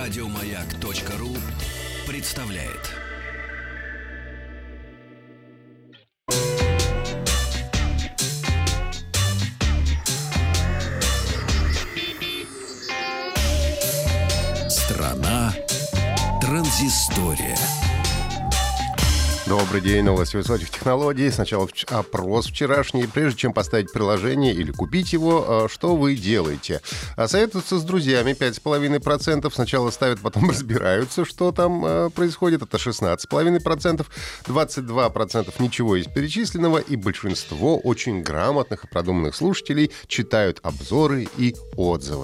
Радиомаяк.ру представляет. Страна транзистория. Добрый день, новости высоких технологий. Сначала опрос вчерашний. Прежде чем поставить приложение или купить его, что вы делаете? Советуются с друзьями 5,5%. Сначала ставят, потом разбираются, что там происходит. Это 16,5%. 22% ничего из перечисленного. И большинство очень грамотных и продуманных слушателей читают обзоры и отзывы.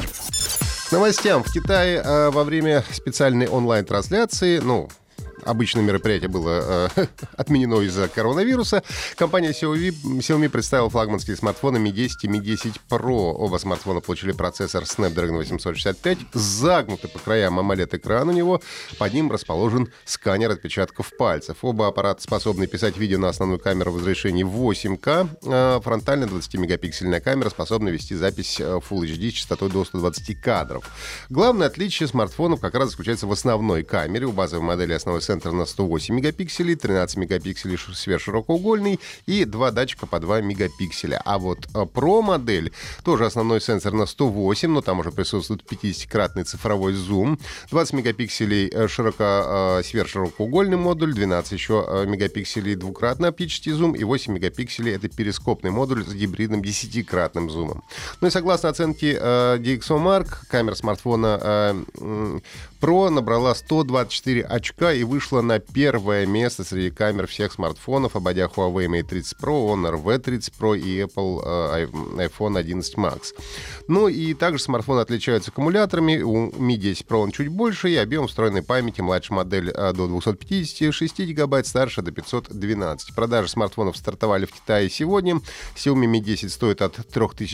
К новостям. В Китае во время специальной онлайн-трансляции, обычное мероприятие было отменено из-за коронавируса. Компания Xiaomi представила флагманские смартфоны Mi 10 и Mi 10 Pro. Оба смартфона получили процессор Snapdragon 865, загнутый по краям AMOLED-экран у него. Под ним расположен сканер отпечатков пальцев. Оба аппарата способны писать видео на основную камеру в разрешении 8К. Фронтальная 20-мегапиксельная камера способна вести запись Full HD с частотой до 120 кадров. Главное отличие смартфонов как раз заключается в основной камере. У базовой модели основной центр на 108 мегапикселей, 13 мегапикселей сверхширокоугольный и 2 датчика по 2 мегапикселя. А вот Pro модель тоже основной сенсор на 108, но там уже присутствует 50-кратный цифровой зум, 20 мегапикселей сверхширокоугольный модуль, 12 еще мегапикселей двукратный оптический зум и 8 мегапикселей — это перископный модуль с гибридным 10-кратным зумом. И согласно оценке DxOMark, камера смартфона Pro набрала 124 очка и вышла на первое место среди камер всех смартфонов, обойдя Huawei Mate 30 Pro, Honor V30 Pro и Apple iPhone 11 Max. И также смартфоны отличаются аккумуляторами. У Mi 10 Pro он чуть больше, и объем встроенной памяти младшая модель до 256 гигабайт, старшая до 512. Продажи смартфонов стартовали в Китае сегодня. Xiaomi Mi 10 стоит от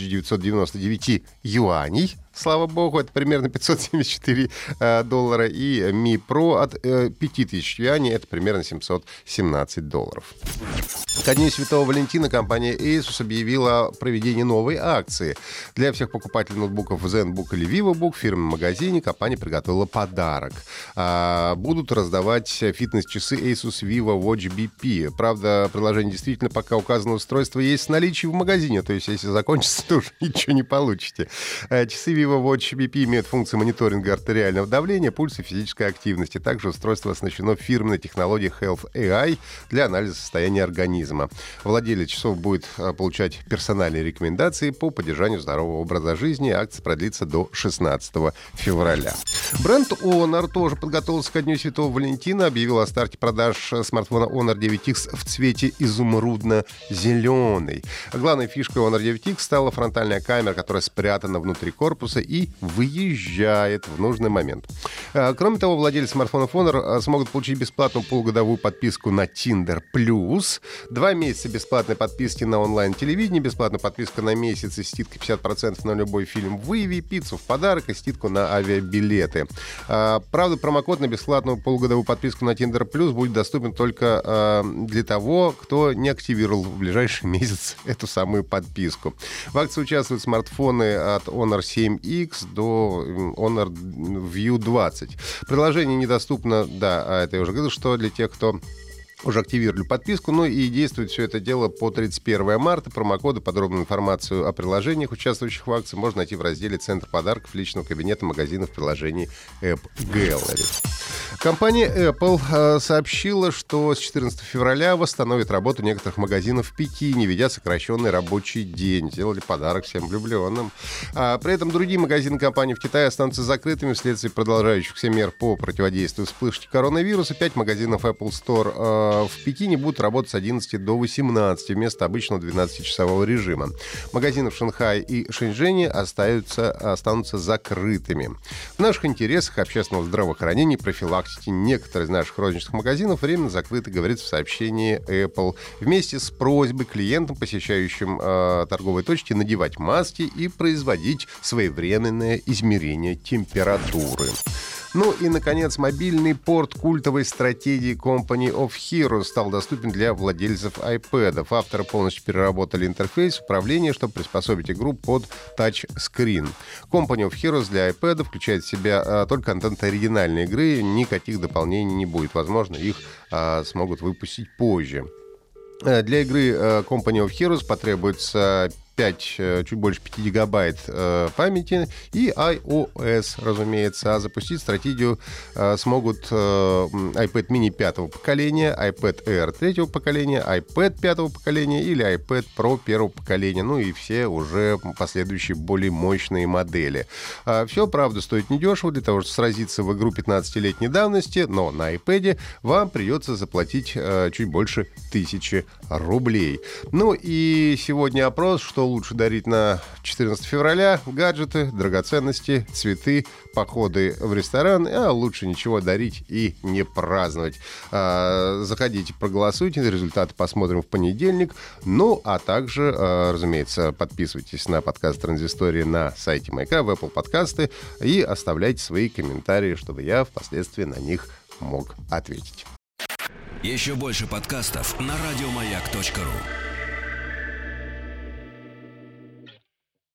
3999 юаней. Слава богу, это примерно 574 доллара. И Mi Pro от 5000 юаней, это примерно 717 долларов. Ко дню Святого Валентина компания Asus объявила о проведении новой акции. Для всех покупателей ноутбуков ZenBook или VivoBook в фирменном магазине компания приготовила подарок. Будут раздавать фитнес-часы Asus Vivo Watch BP. Правда, приложение действительно пока указанное устройство есть в наличии в магазине, то есть если закончится, то уже ничего не получите. Часы Vivo Watch BP имеют функцию мониторинга артериального давления, пульса и физической активности. Также устройство оснащено фирменной технологией Health AI для анализа состояния организма. Владелец часов будет получать персональные рекомендации по поддержанию здорового образа жизни. Акция продлится до 16 февраля. Бренд Honor тоже подготовился ко дню Святого Валентина. Объявил о старте продаж смартфона Honor 9X в цвете изумрудно-зеленый. Главной фишкой Honor 9X стала фронтальная камера, которая спрятана внутри корпуса и выезжает в нужный момент. Кроме того, владельцы смартфонов Honor смогут получить бесплатную полугодовую подписку на Tinder+, 2 месяца бесплатной подписки на онлайн-телевидение, бесплатная подписка на месяц и скидка 50% на любой фильм «Выяви», пиццу в подарок и скидку на авиабилеты. Правда, промокод на бесплатную полугодовую подписку на Tinder+ будет доступен только для того, кто не активировал в ближайший месяц эту самую подписку. В акции участвуют смартфоны от Honor 7X до Honor View 20. Приложение недоступно, это я уже говорил, что для тех, кто уже активировали подписку, и действует все это дело по 31 марта. Промокоды, подробную информацию о приложениях, участвующих в акции, можно найти в разделе «Центр подарков» личного кабинета магазина в приложении App Gallery. Компания Apple сообщила, что с 14 февраля восстановит работу некоторых магазинов в Пекине, введя сокращенный рабочий день. Сделали подарок всем влюбленным. При этом другие магазины компании в Китае останутся закрытыми вследствие продолжающихся мер по противодействию вспышке коронавируса. 5 магазинов Apple Store в Пекине будут работать с 11 до 18 вместо обычного 12-часового режима. Магазины в Шанхае и Шэньчжэне останутся закрытыми. В наших интересах общественного здравоохранения и профилактики некоторых из наших розничных магазинов временно закрыты, говорится в сообщении Apple. Вместе с просьбой клиентам, посещающим торговые точки, надевать маски и производить своевременное измерение температуры. Ну и, наконец, мобильный порт культовой стратегии Company of Heroes стал доступен для владельцев iPad. Авторы полностью переработали интерфейс управления, чтобы приспособить игру под тачскрин. Company of Heroes для iPad включает в себя только контент оригинальной игры, никаких дополнений не будет. Возможно, их смогут выпустить позже. Для игры Company of Heroes потребуется чуть больше 5 гигабайт памяти и iOS, разумеется. А запустить стратегию смогут iPad mini 5-го поколения, iPad Air 3-го поколения, iPad 5-го поколения или iPad Pro 1-го поколения, ну и все уже последующие более мощные модели. Все, правда, стоит недешево. Для того, чтобы сразиться в игру 15-летней давности, но на iPad вам придется заплатить чуть больше 1000 рублей. Ну и сегодня опрос, что лучше дарить на 14 февраля: гаджеты, драгоценности, цветы, походы в ресторан, а лучше ничего дарить и не праздновать. Заходите, проголосуйте, результаты посмотрим в понедельник. Ну, а также, разумеется, подписывайтесь на подкаст «Транзистория» на сайте Маяка, в Apple подкасты и оставляйте свои комментарии, чтобы я впоследствии на них мог ответить. Еще больше подкастов на радиомаяк.ру.